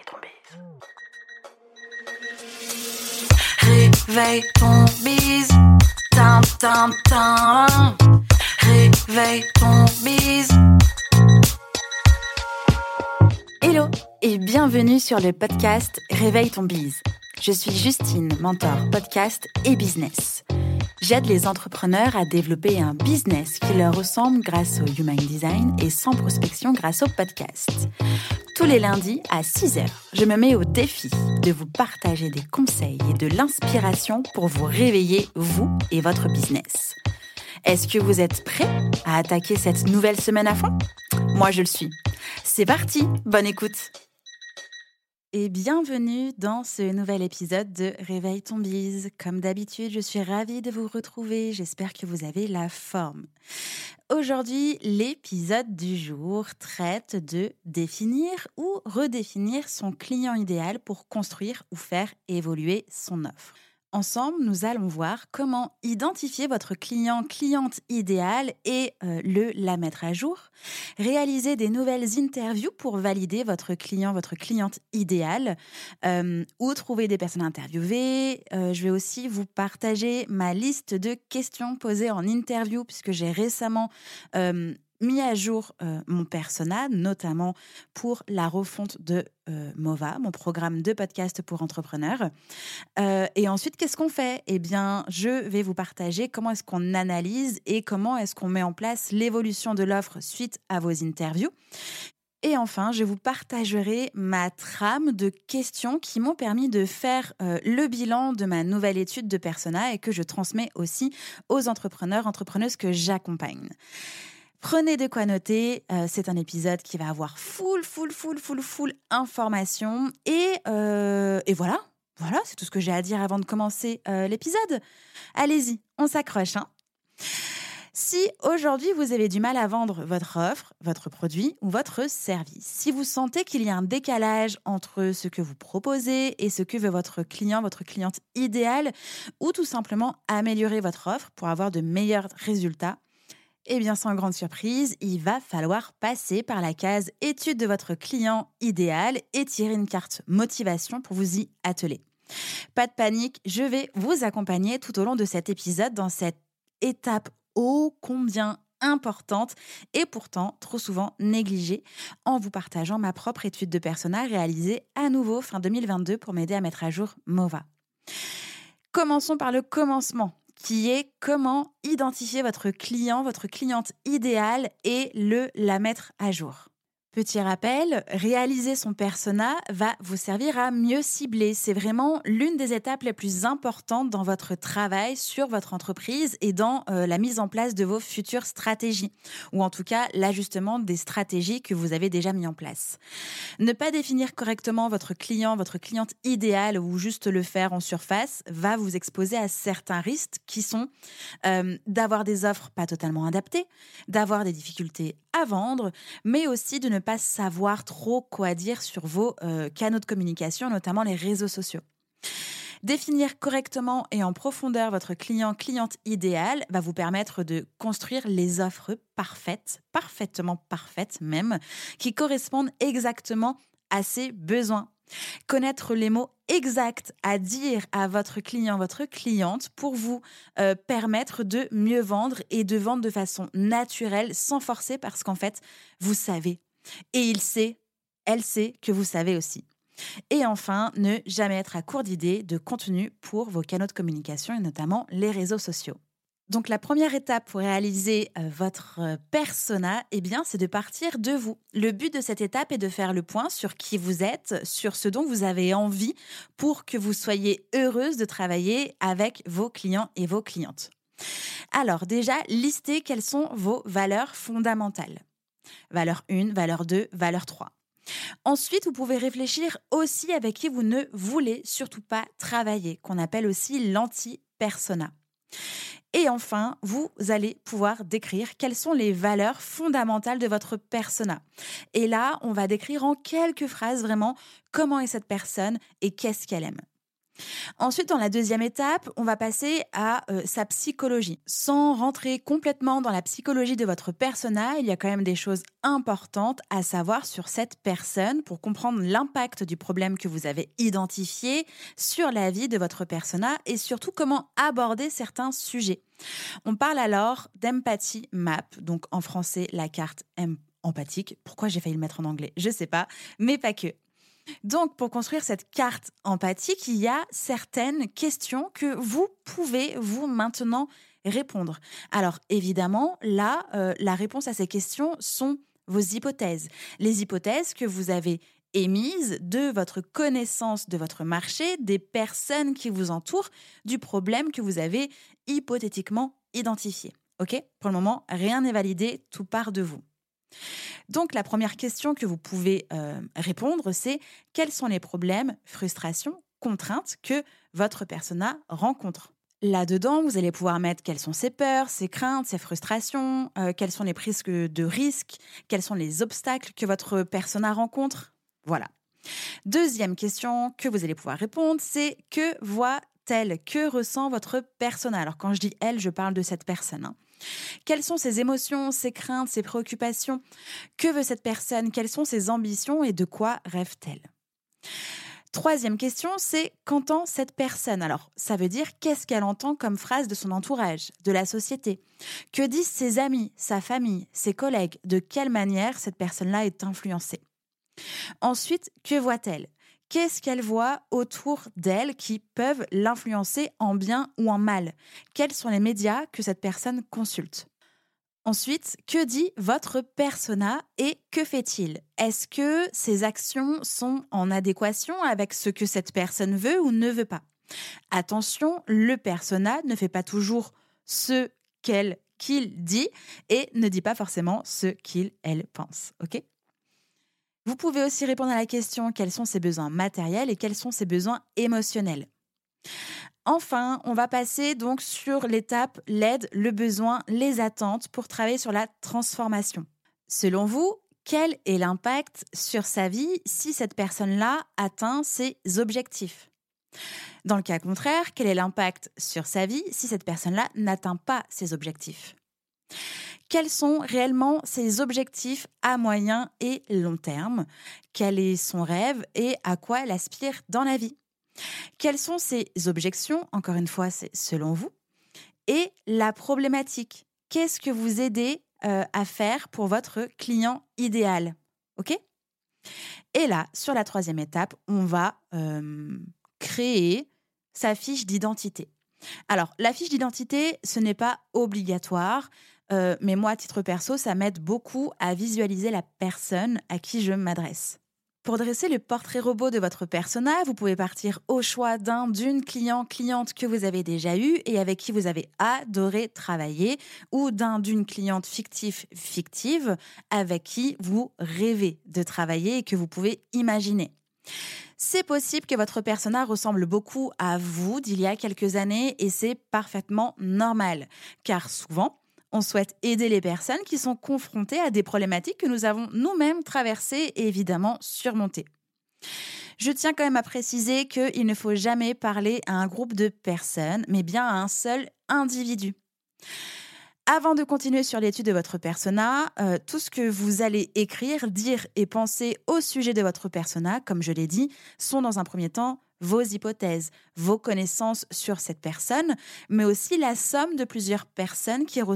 Réveille ton bise, tin tin tin. Réveille ton bise. Hello et bienvenue sur le podcast Réveille ton bise. Je suis Justine, mentor podcast et business. J'aide les entrepreneurs à développer un business qui leur ressemble grâce au Human Design et sans prospection grâce au podcast. Tous les lundis à 6h, je me mets au défi de vous partager des conseils et de l'inspiration pour vous réveiller, vous et votre business. Est-ce que vous êtes prêts à attaquer cette nouvelle semaine à fond ? Moi, je le suis. C'est parti, bonne écoute. Et bienvenue dans ce nouvel épisode de Réveille ton bise. Comme d'habitude, je suis ravie de vous retrouver. J'espère que vous avez la forme. Aujourd'hui, l'épisode du jour traite de définir ou redéfinir son client idéal pour construire ou faire évoluer son offre. Ensemble, nous allons voir comment identifier votre cliente idéal et la mettre à jour, réaliser des nouvelles interviews pour valider votre cliente idéale, ou trouver des personnes interviewées. Je vais aussi vous partager ma liste de questions posées en interview puisque j'ai récemment mis à jour mon persona, notamment pour la refonte de MOVA, mon programme de podcast pour entrepreneurs. Et ensuite, qu'est-ce qu'on fait ? Eh bien, je vais vous partager comment est-ce qu'on analyse et comment est-ce qu'on met en place l'évolution de l'offre suite à vos interviews. Et enfin, je vous partagerai ma trame de questions qui m'ont permis de faire le bilan de ma nouvelle étude de persona et que je transmets aussi aux entrepreneuses que j'accompagne. Prenez de quoi noter, c'est un épisode qui va avoir full information et voilà, c'est tout ce que j'ai à dire avant de commencer l'épisode. Allez-y, on s'accroche. Si aujourd'hui vous avez du mal à vendre votre offre, votre produit ou votre service, si vous sentez qu'il y a un décalage entre ce que vous proposez et ce que veut votre cliente idéale, ou tout simplement améliorer votre offre pour avoir de meilleurs résultats, eh bien, sans grande surprise, il va falloir passer par la case étude de votre client idéal et tirer une carte motivation pour vous y atteler. Pas de panique, je vais vous accompagner tout au long de cet épisode dans cette étape ô combien importante et pourtant trop souvent négligée en vous partageant ma propre étude de persona réalisée à nouveau fin 2022 pour m'aider à mettre à jour MOVA. Commençons par le commencement, qui est comment identifier votre cliente idéale et la mettre à jour. Petit rappel, réaliser son persona va vous servir à mieux cibler. C'est vraiment l'une des étapes les plus importantes dans votre travail sur votre entreprise et dans la mise en place de vos futures stratégies, ou en tout cas l'ajustement des stratégies que vous avez déjà mis en place. Ne pas définir correctement votre cliente idéale ou juste le faire en surface va vous exposer à certains risques qui sont d'avoir des offres pas totalement adaptées, d'avoir des difficultés à vendre, mais aussi de ne pas savoir trop quoi dire sur vos canaux de communication, notamment les réseaux sociaux. Définir correctement et en profondeur votre cliente idéale va vous permettre de construire les offres parfaitement parfaites même, qui correspondent exactement à ses besoins. Connaître les mots exacts à dire à votre cliente pour vous permettre de mieux vendre et de vendre de façon naturelle, sans forcer, parce qu'en fait, vous savez. Et elle sait que vous savez aussi. Et enfin, ne jamais être à court d'idées de contenu pour vos canaux de communication et notamment les réseaux sociaux. Donc la première étape pour réaliser votre persona, c'est de partir de vous. Le but de cette étape est de faire le point sur qui vous êtes, sur ce dont vous avez envie pour que vous soyez heureuse de travailler avec vos clients et vos clientes. Alors déjà, listez quelles sont vos valeurs fondamentales. Valeur 1, valeur 2, valeur 3. Ensuite, vous pouvez réfléchir aussi avec qui vous ne voulez surtout pas travailler, qu'on appelle aussi l'anti-persona. Et enfin, vous allez pouvoir décrire quelles sont les valeurs fondamentales de votre persona. Et là, on va décrire en quelques phrases vraiment comment est cette personne et qu'est-ce qu'elle aime. Ensuite, dans la deuxième étape, on va passer à sa psychologie. Sans rentrer complètement dans la psychologie de votre persona, il y a quand même des choses importantes à savoir sur cette personne pour comprendre l'impact du problème que vous avez identifié sur la vie de votre persona et surtout comment aborder certains sujets. On parle alors d'empathie map, donc en français la carte empathique. Pourquoi j'ai failli le mettre en anglais? Je sais pas, mais pas que. Donc, pour construire cette carte empathique, il y a certaines questions que vous pouvez, vous, maintenant, répondre. Alors, évidemment, là, la réponse à ces questions sont vos hypothèses. Les hypothèses que vous avez émises de votre connaissance de votre marché, des personnes qui vous entourent, du problème que vous avez hypothétiquement identifié. OK ? Pour le moment, rien n'est validé, tout part de vous. Donc, la première question que vous pouvez répondre, c'est quels sont les problèmes, frustrations, contraintes que votre persona rencontre. Là-dedans, vous allez pouvoir mettre quelles sont ses peurs, ses craintes, ses frustrations, quelles sont les prises de risques, quels sont les obstacles que votre persona rencontre. Voilà. Deuxième question que vous allez pouvoir répondre, c'est que voit-elle, que ressent votre persona? Alors, quand je dis elle, je parle de cette personne. Quelles sont ses émotions, ses craintes, ses préoccupations? Que veut cette personne? Quelles sont ses ambitions et de quoi rêve-t-elle? Troisième question, c'est qu'entend cette personne? Alors, ça veut dire qu'est-ce qu'elle entend comme phrase de son entourage, de la société? Que disent ses amis, sa famille, ses collègues? De quelle manière cette personne-là est influencée? Ensuite, que voit-elle? Qu'est-ce qu'elle voit autour d'elle qui peuvent l'influencer en bien ou en mal? Quels sont les médias que cette personne consulte? Ensuite, que dit votre persona et que fait-il? Est-ce que ses actions sont en adéquation avec ce que cette personne veut ou ne veut pas? Attention, le persona ne fait pas toujours ce qu'il dit et ne dit pas forcément ce elle pense. OK ? Vous pouvez aussi répondre à la question quels sont ses besoins matériels et quels sont ses besoins émotionnels. Enfin, on va passer donc sur l'étape l'aide, le besoin, les attentes pour travailler sur la transformation. Selon vous, quel est l'impact sur sa vie si cette personne-là atteint ses objectifs? Dans le cas contraire, quel est l'impact sur sa vie si cette personne-là n'atteint pas ses objectifs? Quels sont réellement ses objectifs à moyen et long terme? Quel est son rêve et à quoi elle aspire dans la vie? Quelles sont ses objections? Encore une fois, c'est selon vous. Et la problématique. Qu'est-ce que vous aidez à faire pour votre client idéal? OK? Et là, sur la troisième étape, on va créer sa fiche d'identité. Alors, la fiche d'identité, ce n'est pas obligatoire. Mais moi, à titre perso, ça m'aide beaucoup à visualiser la personne à qui je m'adresse. Pour dresser le portrait robot de votre persona, vous pouvez partir au choix d'une cliente que vous avez déjà eue et avec qui vous avez adoré travailler ou d'une cliente fictive avec qui vous rêvez de travailler et que vous pouvez imaginer. C'est possible que votre persona ressemble beaucoup à vous d'il y a quelques années et c'est parfaitement normal, car souvent, on souhaite aider les personnes qui sont confrontées à des problématiques que nous avons nous-mêmes traversées et évidemment surmontées. Je tiens quand même à préciser qu'il ne faut jamais parler à un groupe de personnes, mais bien à un seul individu. Avant de continuer sur l'étude de votre persona, tout ce que vous allez écrire, dire et penser au sujet de votre persona, comme je l'ai dit, sont dans un premier temps vos hypothèses, vos connaissances sur cette personne, mais aussi la somme de plusieurs personnes qui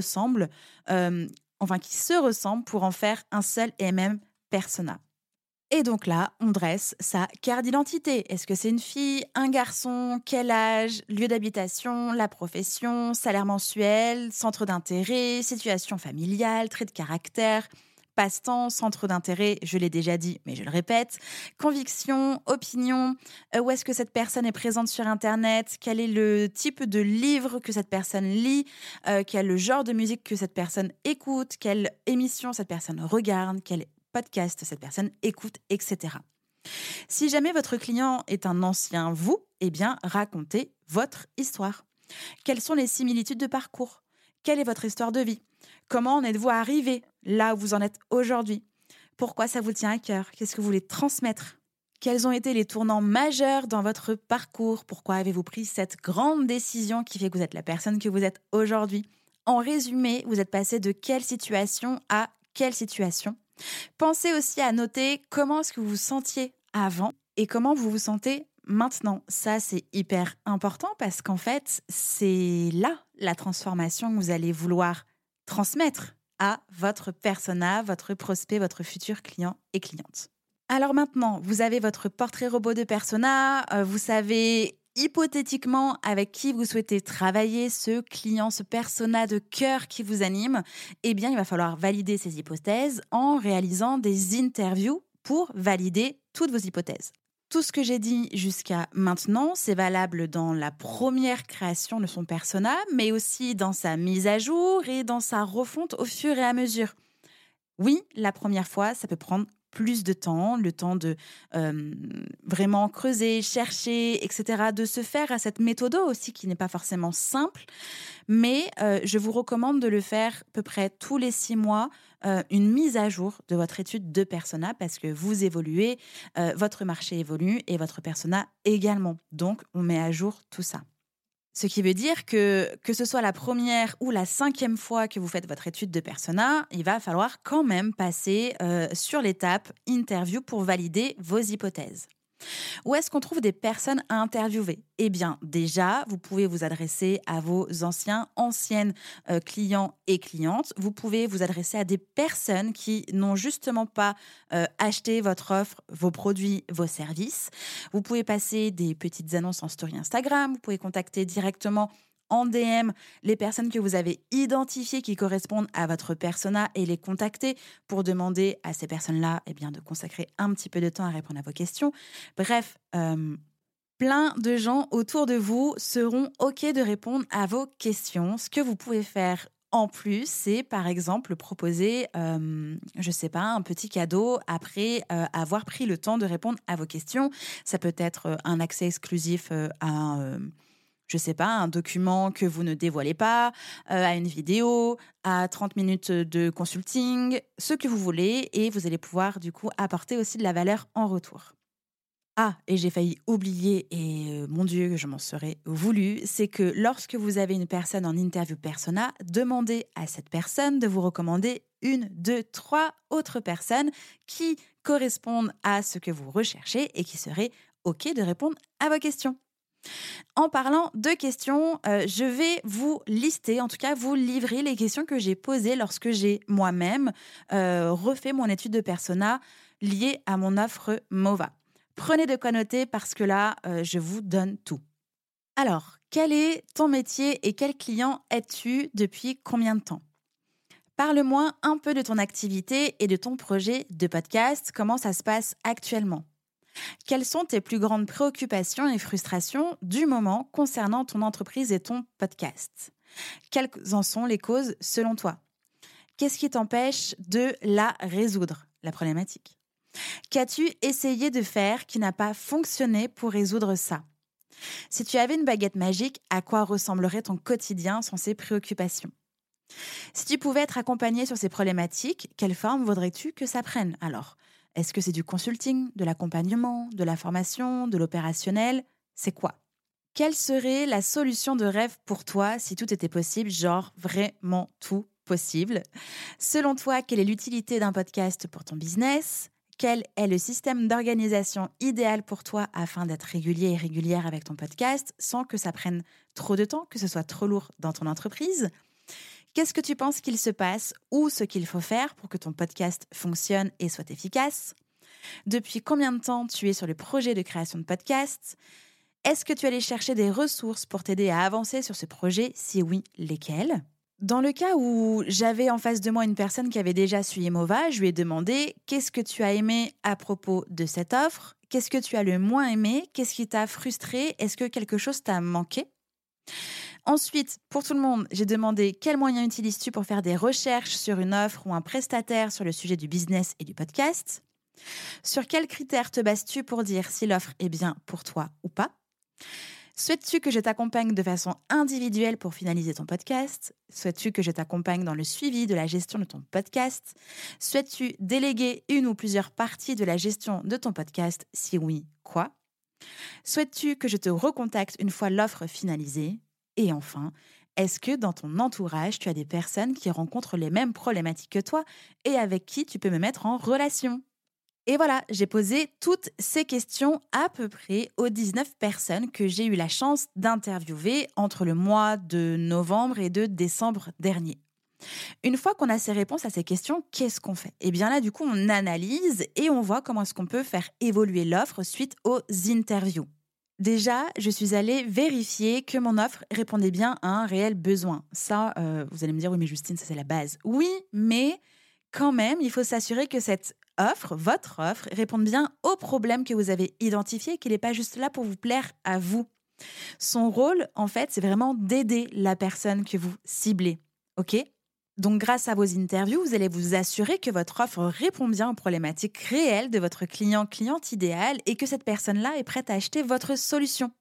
se ressemblent pour en faire un seul et même persona. Et donc là, on dresse sa carte d'identité. Est-ce que c'est une fille, un garçon, quel âge, lieu d'habitation, la profession, salaire mensuel, centre d'intérêt, situation familiale, trait de caractère, passe-temps, centre d'intérêt, je l'ai déjà dit, mais je le répète, conviction, opinion, où est-ce que cette personne est présente sur Internet, quel est le type de livre que cette personne lit, quel est le genre de musique que cette personne écoute, quelle émission cette personne regarde, quel podcast cette personne écoute, etc. Si jamais votre client est un ancien vous, eh bien, racontez votre histoire. Quelles sont les similitudes de parcours? Quelle est votre histoire de vie? Comment en êtes-vous arrivé là où vous en êtes aujourd'hui? Pourquoi ça vous tient à cœur? Qu'est-ce que vous voulez transmettre? Quels ont été les tournants majeurs dans votre parcours? Pourquoi avez-vous pris cette grande décision qui fait que vous êtes la personne que vous êtes aujourd'hui? En résumé, vous êtes passé de quelle situation à quelle situation? Pensez aussi à noter comment est-ce que vous vous sentiez avant et comment vous vous sentez maintenant. Ça, c'est hyper important parce qu'en fait, c'est là la transformation que vous allez vouloir transmettre à votre persona, votre prospect, votre futur client et cliente. Alors maintenant, vous avez votre portrait robot de persona, vous savez hypothétiquement avec qui vous souhaitez travailler, ce client, ce persona de cœur qui vous anime. Eh bien, il va falloir valider ces hypothèses en réalisant des interviews pour valider toutes vos hypothèses. Tout ce que j'ai dit jusqu'à maintenant, c'est valable dans la première création de son persona, mais aussi dans sa mise à jour et dans sa refonte au fur et à mesure. Oui, la première fois, ça peut prendre plus de temps, le temps de vraiment creuser, chercher, etc., de se faire à cette méthode aussi qui n'est pas forcément simple, mais je vous recommande de le faire à peu près tous les 6 mois, une mise à jour de votre étude de persona parce que vous évoluez, votre marché évolue et votre persona également. Donc, on met à jour tout ça. Ce qui veut dire que ce soit la première ou la 5e fois que vous faites votre étude de persona, il va falloir quand même passer sur l'étape interview pour valider vos hypothèses. Où est-ce qu'on trouve des personnes à interviewer? Eh bien, déjà, vous pouvez vous adresser à vos anciennes clients et clientes. Vous pouvez vous adresser à des personnes qui n'ont justement pas acheté votre offre, vos produits, vos services. Vous pouvez passer des petites annonces en story Instagram. Vous pouvez contacter directement en DM les personnes que vous avez identifiées qui correspondent à votre persona et les contacter pour demander à ces personnes-là de consacrer un petit peu de temps à répondre à vos questions. Bref, plein de gens autour de vous seront OK de répondre à vos questions. Ce que vous pouvez faire en plus, c'est par exemple proposer, un petit cadeau après avoir pris le temps de répondre à vos questions. Ça peut être un accès exclusif à un document que vous ne dévoilez pas, à une vidéo, à 30 minutes de consulting, ce que vous voulez, et vous allez pouvoir du coup apporter aussi de la valeur en retour. Ah, et j'ai failli oublier, et mon Dieu, je m'en serais voulu, c'est que lorsque vous avez une personne en interview persona, demandez à cette personne de vous recommander 1, 2, 3 autres personnes qui correspondent à ce que vous recherchez et qui seraient OK de répondre à vos questions. En parlant de questions, je vais vous lister, en tout cas vous livrer les questions que j'ai posées lorsque j'ai moi-même refait mon étude de persona liée à mon offre Mova. Prenez de quoi noter parce que là, je vous donne tout. Alors, quel est ton métier et quel client es-tu depuis combien de temps? Parle-moi un peu de ton activité et de ton projet de podcast. Comment ça se passe actuellement? Quelles sont tes plus grandes préoccupations et frustrations du moment concernant ton entreprise et ton podcast? Quelles en sont les causes selon toi? Qu'est-ce qui t'empêche de la résoudre, la problématique? Qu'as-tu essayé de faire qui n'a pas fonctionné pour résoudre ça? Si tu avais une baguette magique, à quoi ressemblerait ton quotidien sans ces préoccupations? Si tu pouvais être accompagné sur ces problématiques, quelle forme voudrais-tu que ça prenne alors? Est-ce que c'est du consulting, de l'accompagnement, de la formation, de l'opérationnel? C'est quoi? Quelle serait la solution de rêve pour toi si tout était possible, genre vraiment tout possible? Selon toi, quelle est l'utilité d'un podcast pour ton business? Quel est le système d'organisation idéal pour toi afin d'être régulier et régulière avec ton podcast sans que ça prenne trop de temps, que ce soit trop lourd dans ton entreprise? Qu'est-ce que tu penses qu'il se passe ou ce qu'il faut faire pour que ton podcast fonctionne et soit efficace? Depuis combien de temps tu es sur le projet de création de podcast? Est-ce que tu allais chercher des ressources pour t'aider à avancer sur ce projet? Si oui, lesquelles? Dans le cas où j'avais en face de moi une personne qui avait déjà suivi Mova, je lui ai demandé qu'est-ce que tu as aimé à propos de cette offre? Qu'est-ce que tu as le moins aimé? Qu'est-ce qui t'a frustré? Est-ce que quelque chose t'a manqué? Ensuite, pour tout le monde, j'ai demandé quels moyens utilises-tu pour faire des recherches sur une offre ou un prestataire sur le sujet du business et du podcast? Sur quels critères te bases-tu pour dire si l'offre est bien pour toi ou pas? Souhaites-tu que je t'accompagne de façon individuelle pour finaliser ton podcast? Souhaites-tu que je t'accompagne dans le suivi de la gestion de ton podcast? Souhaites-tu déléguer une ou plusieurs parties de la gestion de ton podcast? Si oui, quoi? Souhaites-tu que je te recontacte une fois l'offre finalisée? Et enfin, est-ce que dans ton entourage, tu as des personnes qui rencontrent les mêmes problématiques que toi et avec qui tu peux me mettre en relation? Et voilà, j'ai posé toutes ces questions à peu près aux 19 personnes que j'ai eu la chance d'interviewer entre le mois de novembre et de décembre dernier. Une fois qu'on a ces réponses à ces questions, qu'est-ce qu'on fait? Eh bien là, du coup, on analyse et on voit comment est-ce qu'on peut faire évoluer l'offre suite aux interviews. Déjà, je suis allée vérifier que mon offre répondait bien à un réel besoin. Ça, vous allez me dire, oui, mais Justine, ça c'est la base. Oui, mais quand même, il faut s'assurer que cette offre, votre offre, réponde bien aux problèmes que vous avez identifiés, qu'il n'est pas juste là pour vous plaire à vous. Son rôle, en fait, c'est vraiment d'aider la personne que vous ciblez. OK? Donc, grâce à vos interviews, vous allez vous assurer que votre offre répond bien aux problématiques réelles de votre cliente idéal et que cette personne-là est prête à acheter votre solution.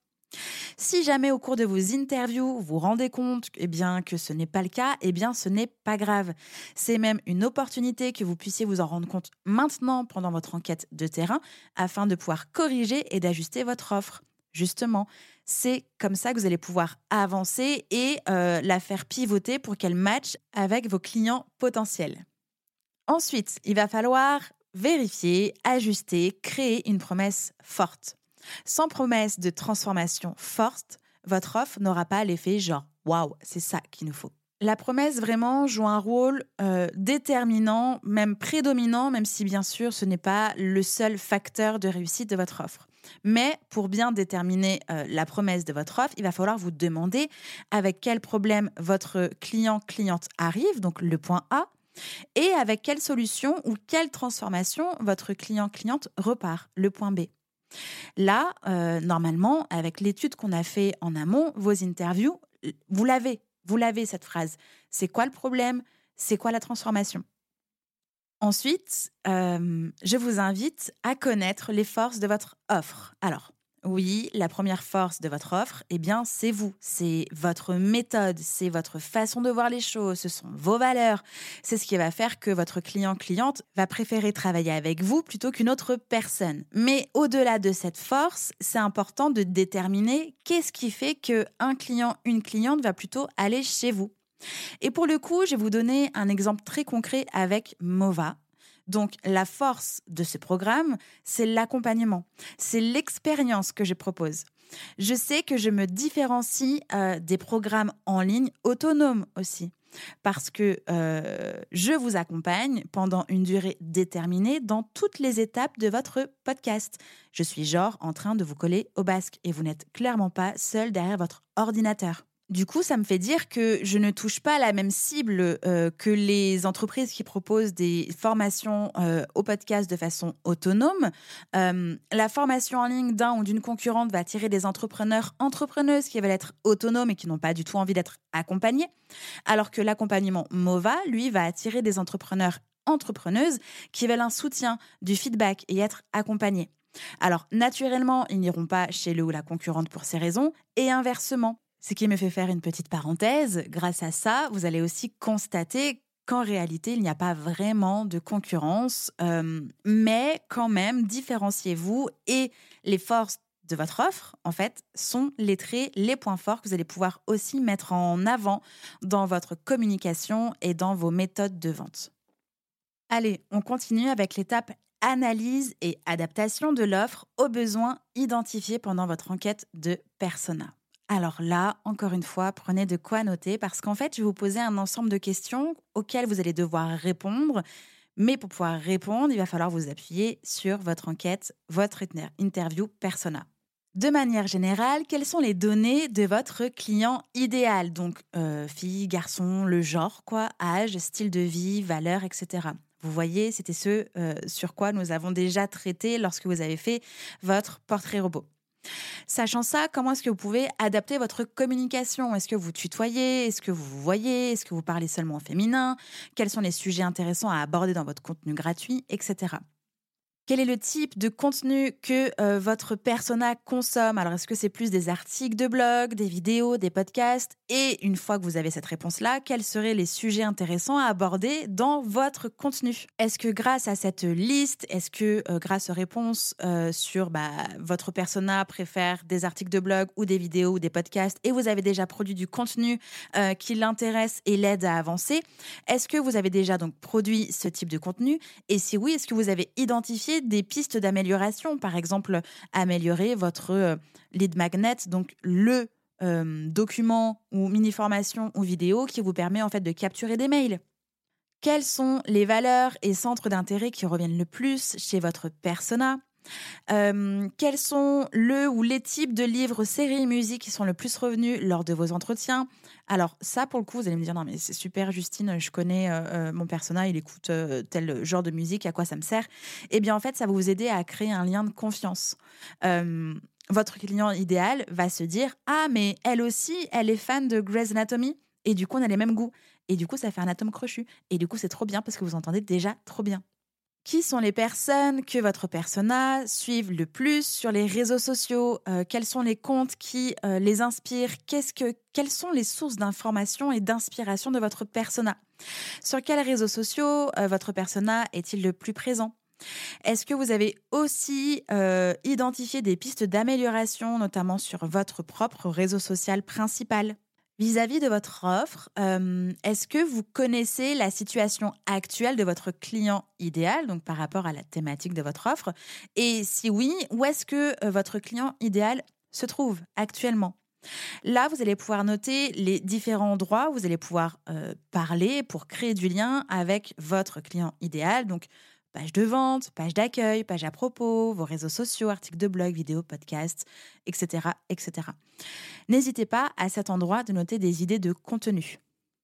Si jamais au cours de vos interviews, vous vous rendez compte que ce n'est pas le cas, ce n'est pas grave. C'est même une opportunité que vous puissiez vous en rendre compte maintenant pendant votre enquête de terrain afin de pouvoir corriger et d'ajuster votre offre. Justement, c'est comme ça que vous allez pouvoir avancer et la faire pivoter pour qu'elle matche avec vos clients potentiels. Ensuite, il va falloir vérifier, ajuster, créer une promesse forte. Sans promesse de transformation forte, votre offre n'aura pas l'effet genre « waouh, c'est ça qu'il nous faut ». La promesse vraiment joue un rôle déterminant, même prédominant, même si bien sûr ce n'est pas le seul facteur de réussite de votre offre. Mais pour bien déterminer la promesse de votre offre, il va falloir vous demander avec quel problème votre cliente arrive, donc le point A, et avec quelle solution ou quelle transformation votre cliente repart, le point B. Là, normalement, avec l'étude qu'on a fait en amont, vos interviews, vous l'avez cette phrase. C'est quoi le problème? C'est quoi la transformation? Ensuite, je vous invite à connaître les forces de votre offre. Alors, oui, la première force de votre offre, c'est vous. C'est votre méthode, c'est votre façon de voir les choses, ce sont vos valeurs. C'est ce qui va faire que votre cliente va préférer travailler avec vous plutôt qu'une autre personne. Mais au-delà de cette force, c'est important de déterminer qu'est-ce qui fait qu'un client, une cliente va plutôt aller chez vous. Et pour le coup, je vais vous donner un exemple très concret avec Mova. Donc, la force de ce programme, c'est l'accompagnement. C'est l'expérience que je propose. Je sais que je me différencie des programmes en ligne autonomes aussi. Parce que je vous accompagne pendant une durée déterminée dans toutes les étapes de votre podcast. Je suis genre en train de vous coller au basque et vous n'êtes clairement pas seul derrière votre ordinateur. Du coup, ça me fait dire que je ne touche pas la même cible que les entreprises qui proposent des formations au podcast de façon autonome. La formation en ligne d'un ou d'une concurrente va attirer des entrepreneuses qui veulent être autonomes et qui n'ont pas du tout envie d'être accompagnés. Alors que l'accompagnement Mova, lui, va attirer des entrepreneuses qui veulent un soutien, du feedback et être accompagnés. Alors, naturellement, ils n'iront pas chez le ou la concurrente pour ces raisons et inversement. Ce qui me fait faire une petite parenthèse, grâce à ça, vous allez aussi constater qu'en réalité, il n'y a pas vraiment de concurrence, mais quand même, différenciez-vous et les forces de votre offre, en fait, sont les traits, les points forts que vous allez pouvoir aussi mettre en avant dans votre communication et dans vos méthodes de vente. Allez, on continue avec l'étape analyse et adaptation de l'offre aux besoins identifiés pendant votre enquête de persona. Alors là, encore une fois, prenez de quoi noter parce qu'en fait, je vais vous poser un ensemble de questions auxquelles vous allez devoir répondre. Mais pour pouvoir répondre, il va falloir vous appuyer sur votre enquête, votre interview persona. De manière générale, quelles sont les données de votre client idéal? Donc, fille, garçon, le genre, âge, style de vie, valeur, etc. Vous voyez, c'était ce sur quoi nous avons déjà traité lorsque vous avez fait votre portrait robot. Sachant ça, comment est-ce que vous pouvez adapter votre communication? Est-ce que vous tutoyez? Est-ce que vous vous voyez? Est-ce que vous parlez seulement au féminin? Quels sont les sujets intéressants à aborder dans votre contenu gratuit, etc. Quel est le type de contenu que votre persona consomme? Alors, est-ce que c'est plus des articles de blog, des vidéos, des podcasts? Et une fois que vous avez cette réponse-là, quels seraient les sujets intéressants à aborder dans votre contenu? Est-ce que grâce à cette liste, est-ce que grâce aux réponses sur votre persona préfère des articles de blog ou des vidéos ou des podcasts et vous avez déjà produit du contenu qui l'intéresse et l'aide à avancer, est-ce que vous avez déjà donc produit ce type de contenu? Et si oui, est-ce que vous avez identifié des pistes d'amélioration? Par exemple, améliorer votre lead magnet, donc le document ou mini-formation ou vidéo qui vous permet en fait de capturer des mails. Quelles sont les valeurs et centres d'intérêt qui reviennent le plus chez votre persona? Quels sont le ou les types de livres, séries, musiques qui sont le plus revenus lors de vos entretiens? Alors ça, pour le coup, vous allez me dire: «Non mais c'est super Justine, je connais, mon persona, il écoute, tel genre de musique, à quoi ça me sert?» Eh bien, en fait, ça va vous aider à créer un lien de confiance. Votre client idéal va se dire: «Ah mais elle aussi, elle est fan de Grey's Anatomy et du coup, on a les mêmes goûts et du coup, ça fait un atome crochu et du coup, c'est trop bien parce que vous entendez déjà trop bien». Qui sont les personnes que votre persona suivent le plus sur les réseaux sociaux? Quels sont les comptes qui, les inspirent? Quelles sont les sources d'information et d'inspiration de votre persona? Sur quels réseaux sociaux, votre persona est-il le plus présent? Est-ce que vous avez aussi, identifié des pistes d'amélioration, notamment sur votre propre réseau social principal? Vis-à-vis de votre offre, est-ce que vous connaissez la situation actuelle de votre client idéal, donc par rapport à la thématique de votre offre? Et si oui, où est-ce que, votre client idéal se trouve actuellement? Là, vous allez pouvoir noter les différents endroits où vous allez pouvoir, parler pour créer du lien avec votre client idéal, donc page de vente, page d'accueil, page à propos, vos réseaux sociaux, articles de blog, vidéos, podcasts, et cetera, et cetera. N'hésitez pas à cet endroit de noter des idées de contenu.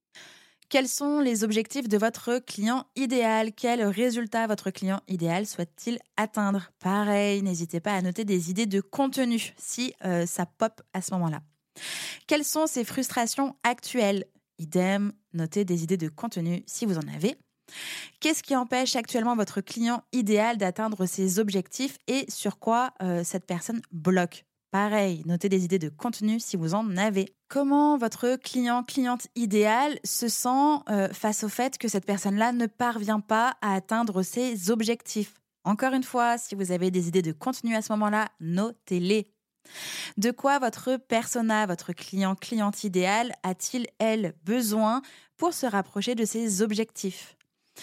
Quels sont les objectifs de votre client idéal? Quel résultat votre client idéal souhaite-t-il atteindre? Pareil, n'hésitez pas à noter des idées de contenu si ça pop à ce moment-là. Quelles sont ses frustrations actuelles? Idem, notez des idées de contenu si vous en avez. Qu'est-ce qui empêche actuellement votre client idéal d'atteindre ses objectifs et sur quoi cette personne bloque? Pareil, notez des idées de contenu si vous en avez. Comment votre cliente idéale se sent face au fait que cette personne-là ne parvient pas à atteindre ses objectifs? Encore une fois, si vous avez des idées de contenu à ce moment-là, notez-les. De quoi votre persona, votre cliente idéale a-t-il, elle, besoin pour se rapprocher de ses objectifs?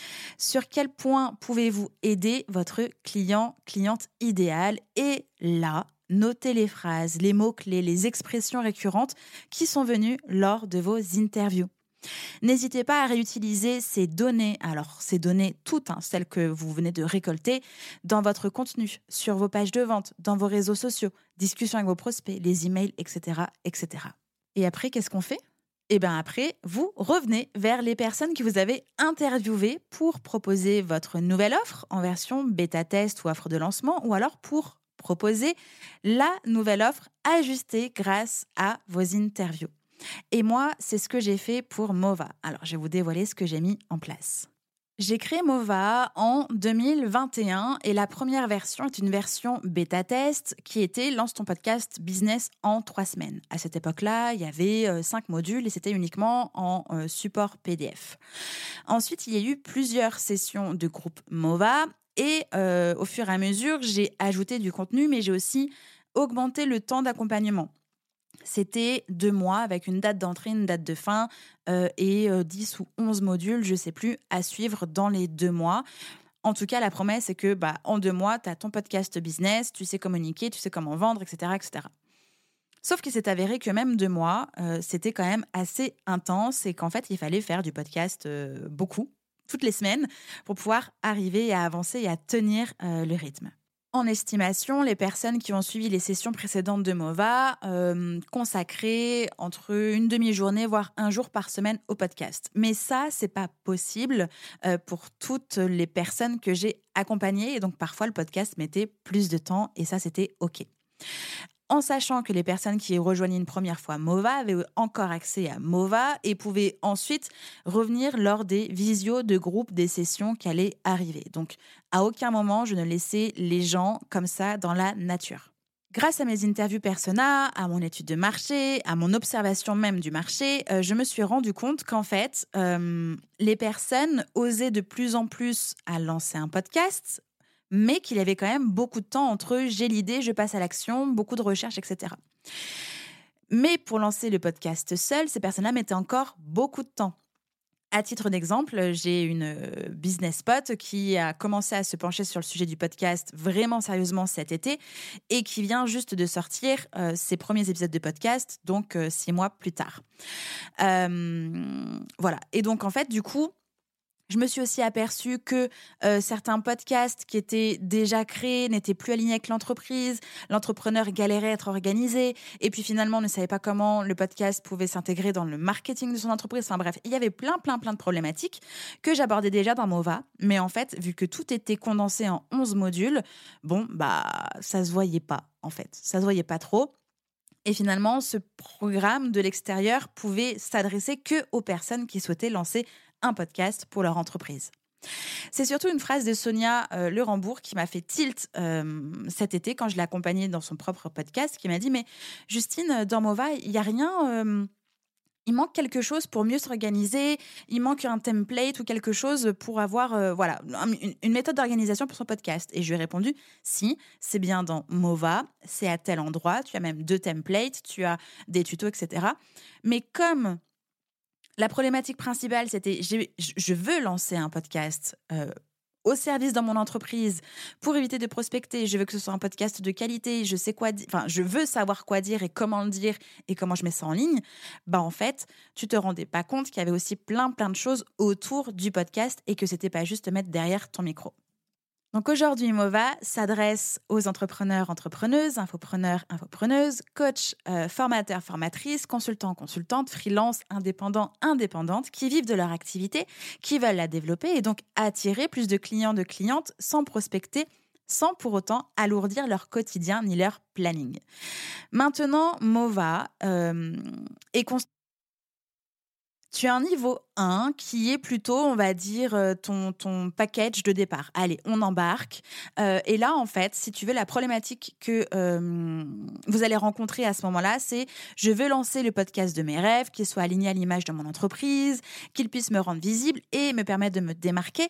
Sur quel point pouvez-vous aider votre cliente idéale? Et là, notez les phrases, les mots-clés, les expressions récurrentes qui sont venues lors de vos interviews. N'hésitez pas à réutiliser ces données, alors ces données toutes, celles que vous venez de récolter, dans votre contenu, sur vos pages de vente, dans vos réseaux sociaux, discussions avec vos prospects, les emails, etc. etc. Et après, qu'est-ce qu'on fait? Et bien après, vous revenez vers les personnes que vous avez interviewées pour proposer votre nouvelle offre en version bêta-test ou offre de lancement, ou alors pour proposer la nouvelle offre ajustée grâce à vos interviews. Et moi, c'est ce que j'ai fait pour Mova. Alors, je vais vous dévoiler ce que j'ai mis en place. J'ai créé Mova en 2021 et la première version est une version bêta-test qui était « Lance ton podcast business en 3 semaines ». À cette époque-là, il y avait 5 modules et c'était uniquement en support PDF. Ensuite, il y a eu plusieurs sessions de groupe Mova et au fur et à mesure, j'ai ajouté du contenu, mais j'ai aussi augmenté le temps d'accompagnement. C'était 2 mois avec une date d'entrée, une date de fin et 10 ou 11 modules, je ne sais plus, à suivre dans les 2 mois. En tout cas, la promesse, c'est que en 2 mois, tu as ton podcast business, tu sais communiquer, tu sais comment vendre, etc. etc. Sauf qu'il s'est avéré que même 2 mois, c'était quand même assez intense et qu'en fait, il fallait faire du podcast beaucoup, toutes les semaines, pour pouvoir arriver à avancer et à tenir le rythme. En estimation, les personnes qui ont suivi les sessions précédentes de Mova consacraient entre une demi-journée, voire 1 jour par semaine au podcast. Mais ça, c'est pas possible pour toutes les personnes que j'ai accompagnées. Et donc, parfois, le podcast mettait plus de temps et ça, c'était OK. en sachant que les personnes qui rejoignaient une première fois Mova avaient encore accès à Mova et pouvaient ensuite revenir lors des visios de groupe, des sessions qui allaient arriver. Donc, à aucun moment, je ne laissais les gens comme ça dans la nature. Grâce à mes interviews persona, à mon étude de marché, à mon observation même du marché, je me suis rendu compte qu'en fait, les personnes osaient de plus en plus à lancer un podcast, mais qu'il y avait quand même beaucoup de temps entre j'ai l'idée, je passe à l'action, beaucoup de recherches, etc. Mais pour lancer le podcast seul, ces personnes-là mettaient encore beaucoup de temps. À titre d'exemple, j'ai une business pote qui a commencé à se pencher sur le sujet du podcast vraiment sérieusement cet été et qui vient juste de sortir ses premiers épisodes de podcast, donc 6 mois plus tard. Voilà. Et donc, en fait, du coup, je me suis aussi aperçue que certains podcasts qui étaient déjà créés n'étaient plus alignés avec l'entreprise. L'entrepreneur galérait à être organisé. Et puis finalement, ne savait pas comment le podcast pouvait s'intégrer dans le marketing de son entreprise. Enfin bref, il y avait plein de problématiques que j'abordais déjà dans Mova. Mais en fait, vu que tout était condensé en 11 modules, ça se voyait pas, en fait. Ça se voyait pas trop. Et finalement, ce programme de l'extérieur pouvait s'adresser que aux personnes qui souhaitaient lancer un podcast pour leur entreprise. C'est surtout une phrase de Sonia Le Rambourg qui m'a fait tilt cet été quand je l'ai accompagnée dans son propre podcast, qui m'a dit « Mais Justine, dans Mova, il n'y a rien... il manque quelque chose pour mieux s'organiser, il manque un template ou quelque chose pour avoir une méthode d'organisation pour son podcast. » Et je lui ai répondu « Si, c'est bien dans Mova, c'est à tel endroit, tu as même 2 templates, tu as des tutos, etc. Mais comme la problématique principale, c'était je veux lancer un podcast au service dans mon entreprise pour éviter de prospecter. Je veux que ce soit un podcast de qualité. Je veux savoir quoi dire et comment le dire et comment je mets ça en ligne. En fait, tu te rendais pas compte qu'il y avait aussi plein de choses autour du podcast et que c'était pas juste te mettre derrière ton micro. Donc aujourd'hui, Mova s'adresse aux entrepreneurs, entrepreneuses, infopreneurs, infopreneuses, coachs, formateurs, formatrices, consultants, consultantes, freelance, indépendants, indépendantes qui vivent de leur activité, qui veulent la développer et donc attirer plus de clients, de clientes sans prospecter, sans pour autant alourdir leur quotidien ni leur planning. Maintenant, Mova est construit. Tu as un niveau 1 qui est plutôt, on va dire, ton package de départ. Allez, on embarque. Et là, en fait, si tu veux, la problématique que vous allez rencontrer à ce moment-là, c'est je veux lancer le podcast de mes rêves, qu'il soit aligné à l'image de mon entreprise, qu'il puisse me rendre visible et me permettre de me démarquer.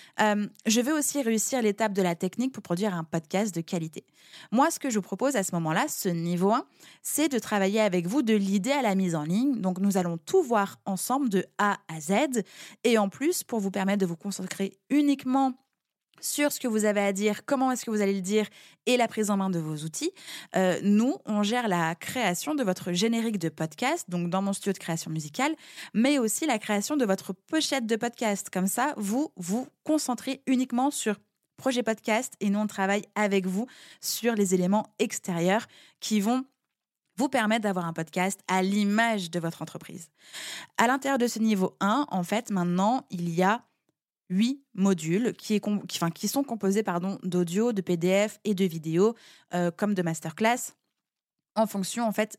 Je veux aussi réussir l'étape de la technique pour produire un podcast de qualité. Moi, ce que je vous propose à ce moment-là, ce niveau 1, c'est de travailler avec vous de l'idée à la mise en ligne. Donc, nous allons tout voir ensemble de A à Z. Et en plus, pour vous permettre de vous concentrer uniquement sur ce que vous avez à dire, comment est-ce que vous allez le dire et la prise en main de vos outils, nous, on gère la création de votre générique de podcast, donc dans mon studio de création musicale, mais aussi la création de votre pochette de podcast. Comme ça, vous vous concentrez uniquement sur projet podcast et nous, on travaille avec vous sur les éléments extérieurs qui vont vous permettre d'avoir un podcast à l'image de votre entreprise. À l'intérieur de ce niveau 1, en fait, maintenant, il y a 8 modules qui sont composés d'audio, de PDF et de vidéos, comme de masterclass, en fonction en fait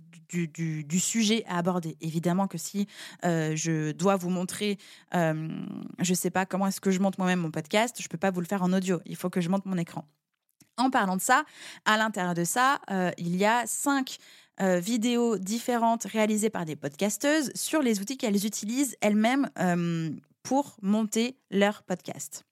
du sujet à aborder. Évidemment que si je dois vous montrer, je sais pas comment est-ce que je monte moi-même mon podcast, je peux pas vous le faire en audio. Il faut que je monte mon écran. En parlant de ça, à l'intérieur de ça, il y a 5 vidéos différentes réalisées par des podcasteuses sur les outils qu'elles utilisent elles-mêmes pour monter leur podcast.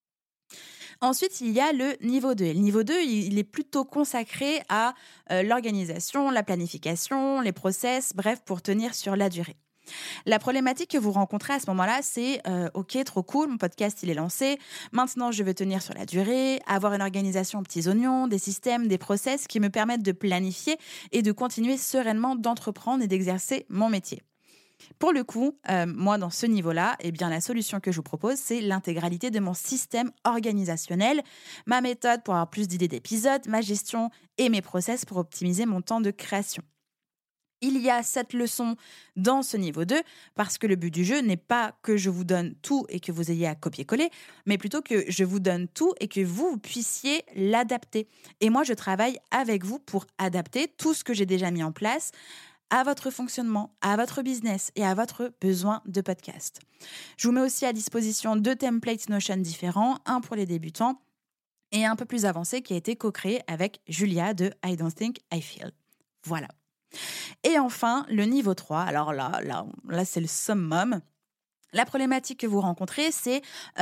Ensuite, il y a le niveau 2. Et le niveau 2, il est plutôt consacré à l'organisation, la planification, les process, bref, pour tenir sur la durée. La problématique que vous rencontrez à ce moment-là, c'est ok, trop cool, mon podcast il est lancé. Maintenant, je veux tenir sur la durée, avoir une organisation aux petits oignons, des systèmes, des process qui me permettent de planifier et de continuer sereinement d'entreprendre et d'exercer mon métier. Pour le coup, moi, dans ce niveau-là, la solution que je vous propose, c'est l'intégralité de mon système organisationnel, ma méthode pour avoir plus d'idées d'épisodes, ma gestion et mes process pour optimiser mon temps de création. Il y a 7 leçons dans ce niveau 2 parce que le but du jeu n'est pas que je vous donne tout et que vous ayez à copier-coller, mais plutôt que je vous donne tout et que vous puissiez l'adapter. Et moi, je travaille avec vous pour adapter tout ce que j'ai déjà mis en place à votre fonctionnement, à votre business et à votre besoin de podcast. Je vous mets aussi à disposition 2 templates Notion différents, un pour les débutants et un peu plus avancé qui a été co-créé avec Julia de I Don't Think I Feel. Voilà. Et enfin, le niveau 3, alors là c'est le summum. La problématique que vous rencontrez, c'est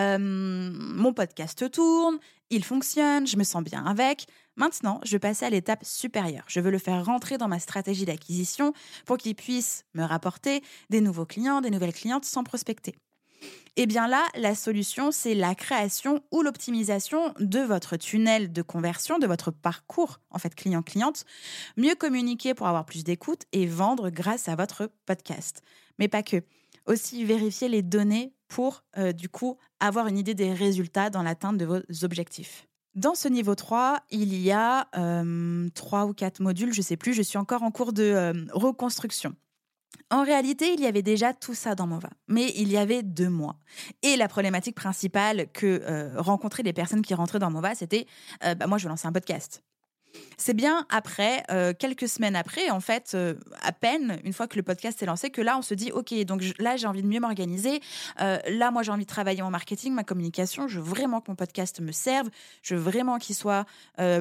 mon podcast tourne, il fonctionne, je me sens bien avec. Maintenant, je veux passer à l'étape supérieure. Je veux le faire rentrer dans ma stratégie d'acquisition pour qu'il puisse me rapporter des nouveaux clients, des nouvelles clientes sans prospecter. Et bien là, la solution, c'est la création ou l'optimisation de votre tunnel de conversion, de votre parcours en fait client-cliente, mieux communiquer pour avoir plus d'écoute et vendre grâce à votre podcast. Mais pas que. Aussi vérifier les données pour du coup avoir une idée des résultats dans l'atteinte de vos objectifs. Dans ce niveau 3, il y a 3 ou 4 modules, je ne sais plus, je suis encore en cours de reconstruction. En réalité, il y avait déjà tout ça dans Mova, mais il y avait 2 mois. Et la problématique principale que rencontraient les personnes qui rentraient dans Mova, c'était moi, je veux lancer un podcast. C'est bien après, quelques semaines après, en fait, à peine, une fois que le podcast est lancé, que là, on se dit, OK, donc là, j'ai envie de mieux m'organiser. Là, moi, j'ai envie de travailler mon marketing, ma communication. Je veux vraiment que mon podcast me serve. Je veux vraiment qu'il soit à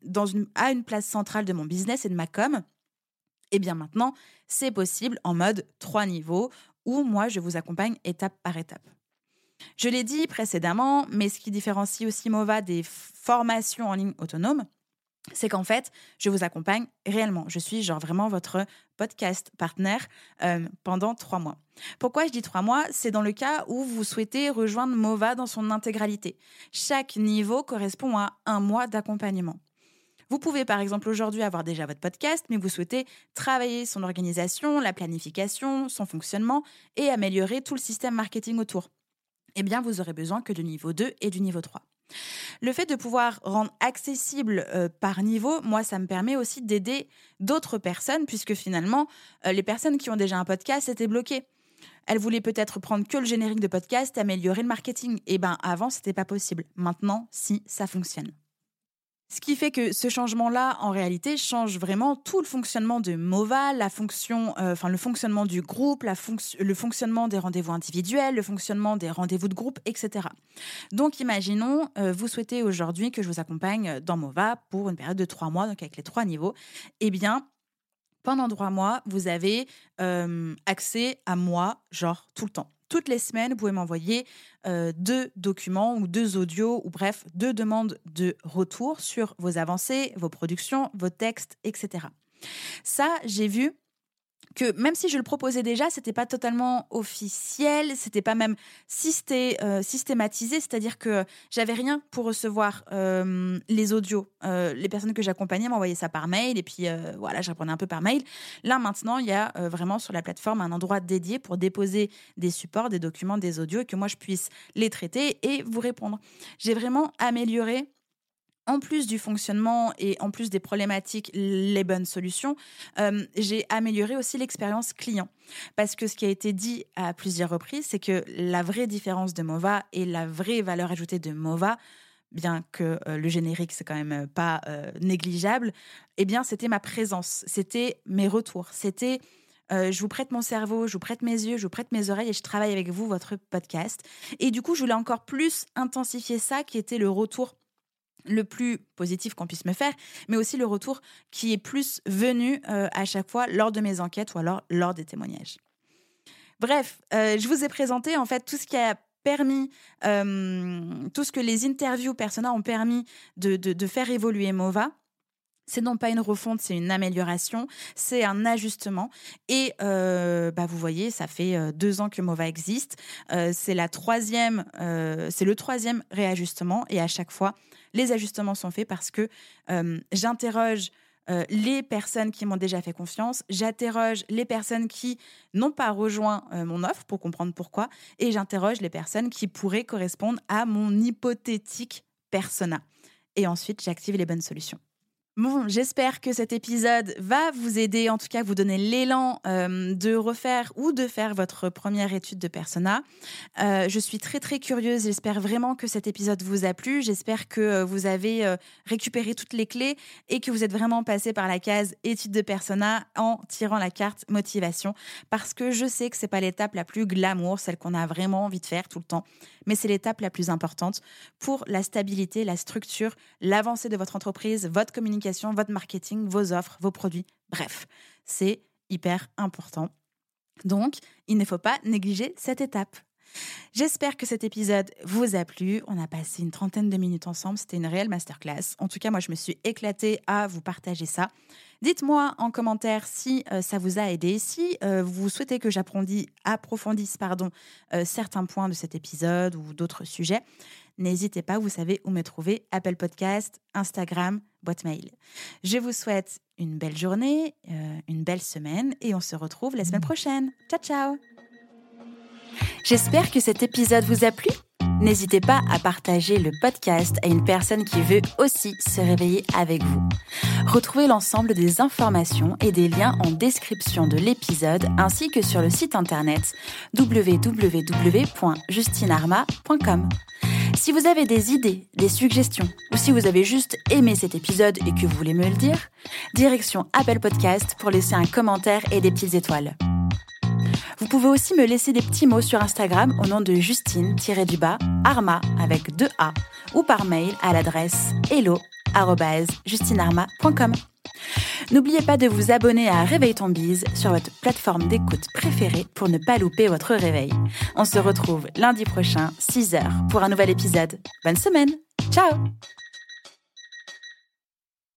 une place centrale de mon business et de ma com. Et bien maintenant, c'est possible en mode 3 niveaux où moi, je vous accompagne étape par étape. Je l'ai dit précédemment, mais ce qui différencie aussi Mova des formations en ligne autonomes, c'est qu'en fait, je vous accompagne réellement. Je suis vraiment votre podcast partenaire pendant 3 mois. Pourquoi je dis 3 mois ? C'est dans le cas où vous souhaitez rejoindre Mova dans son intégralité. Chaque niveau correspond à 1 mois d'accompagnement. Vous pouvez par exemple aujourd'hui avoir déjà votre podcast, mais vous souhaitez travailler son organisation, la planification, son fonctionnement et améliorer tout le système marketing autour. Eh bien, vous aurez besoin que du niveau 2 et du niveau 3. Le fait de pouvoir rendre accessible par niveau, moi, ça me permet aussi d'aider d'autres personnes, puisque finalement, les personnes qui ont déjà un podcast étaient bloquées. Elles voulaient peut-être prendre que le générique de podcast et améliorer le marketing. Et bien, avant, c'était pas possible. Maintenant, si, ça fonctionne. Ce qui fait que ce changement-là, en réalité, change vraiment tout le fonctionnement de Mova, le fonctionnement du groupe, le fonctionnement des rendez-vous individuels, le fonctionnement des rendez-vous de groupe, etc. Donc, imaginons, vous souhaitez aujourd'hui que je vous accompagne dans Mova pour une période de 3 mois, donc avec les 3 niveaux. Eh bien, pendant 3 mois, vous avez accès à moi, tout le temps. Toutes les semaines, vous pouvez m'envoyer 2 documents ou 2 audios ou bref, 2 demandes de retour sur vos avancées, vos productions, vos textes, etc. Ça, j'ai vu que même si je le proposais déjà, c'était pas totalement officiel, c'était pas même systématisé, c'est-à-dire que j'avais rien pour recevoir les audios. Les personnes que j'accompagnais m'envoyaient ça par mail et puis je répondais un peu par mail. Là maintenant, il y a vraiment sur la plateforme un endroit dédié pour déposer des supports, des documents, des audios et que moi je puisse les traiter et vous répondre. J'ai vraiment amélioré, en plus du fonctionnement et en plus des problématiques, les bonnes solutions, j'ai amélioré aussi l'expérience client. Parce que ce qui a été dit à plusieurs reprises, c'est que la vraie différence de Mova et la vraie valeur ajoutée de Mova, bien que le générique, c'est quand même pas négligeable, eh bien, c'était ma présence, c'était mes retours, c'était... je vous prête mon cerveau, je vous prête mes yeux, je vous prête mes oreilles et je travaille avec vous, votre podcast. Et du coup, je voulais encore plus intensifier ça, qui était le retour le plus positif qu'on puisse me faire, mais aussi le retour qui est plus venu à chaque fois lors de mes enquêtes ou alors lors des témoignages. Bref, je vous ai présenté en fait tout ce qui a permis, tout ce que les interviews Persona ont permis de faire évoluer Mova. C'est non pas une refonte, c'est une amélioration, c'est un ajustement. Et vous voyez, ça fait 2 ans que Mova existe. C'est le 3e réajustement. Et à chaque fois, les ajustements sont faits parce que j'interroge les personnes qui m'ont déjà fait confiance, j'interroge les personnes qui n'ont pas rejoint mon offre pour comprendre pourquoi, et j'interroge les personnes qui pourraient correspondre à mon hypothétique persona. Et ensuite, j'active les bonnes solutions. Bon, j'espère que cet épisode va vous aider, en tout cas vous donner l'élan de refaire ou de faire votre première étude de persona. Je suis très très curieuse, j'espère vraiment que cet épisode vous a plu, j'espère que vous avez récupéré toutes les clés et que vous êtes vraiment passé par la case étude de persona en tirant la carte motivation, parce que je sais que c'est pas l'étape la plus glamour, celle qu'on a vraiment envie de faire tout le temps, mais c'est l'étape la plus importante pour la stabilité, la structure, l'avancée de votre entreprise, votre communication, votre marketing, vos offres, vos produits. Bref, c'est hyper important. Donc, il ne faut pas négliger cette étape. J'espère que cet épisode vous a plu. On a passé une 30aine de minutes ensemble. C'était une réelle masterclass. En tout cas, moi, je me suis éclatée à vous partager ça. Dites-moi en commentaire si ça vous a aidé, si vous souhaitez que j'approfondisse certains points de cet épisode ou d'autres sujets. N'hésitez pas, vous savez où me trouver, Apple Podcast, Instagram, boîte mail. Je vous souhaite une belle journée, une belle semaine et on se retrouve la semaine prochaine. Ciao, ciao! J'espère que cet épisode vous a plu. N'hésitez pas à partager le podcast à une personne qui veut aussi se réveiller avec vous. Retrouvez l'ensemble des informations et des liens en description de l'épisode ainsi que sur le site internet www.justinarma.com. Si vous avez des idées, des suggestions ou si vous avez juste aimé cet épisode et que vous voulez me le dire, direction Apple Podcast pour laisser un commentaire et des petites étoiles. Vous pouvez aussi me laisser des petits mots sur Instagram au nom de Justine-Arma avec 2 A ou par mail à l'adresse hello@justinarma.com. N'oubliez pas de vous abonner à Réveille ton bise sur votre plateforme d'écoute préférée pour ne pas louper votre réveil. On se retrouve lundi prochain, 6h, pour un nouvel épisode. Bonne semaine. Ciao!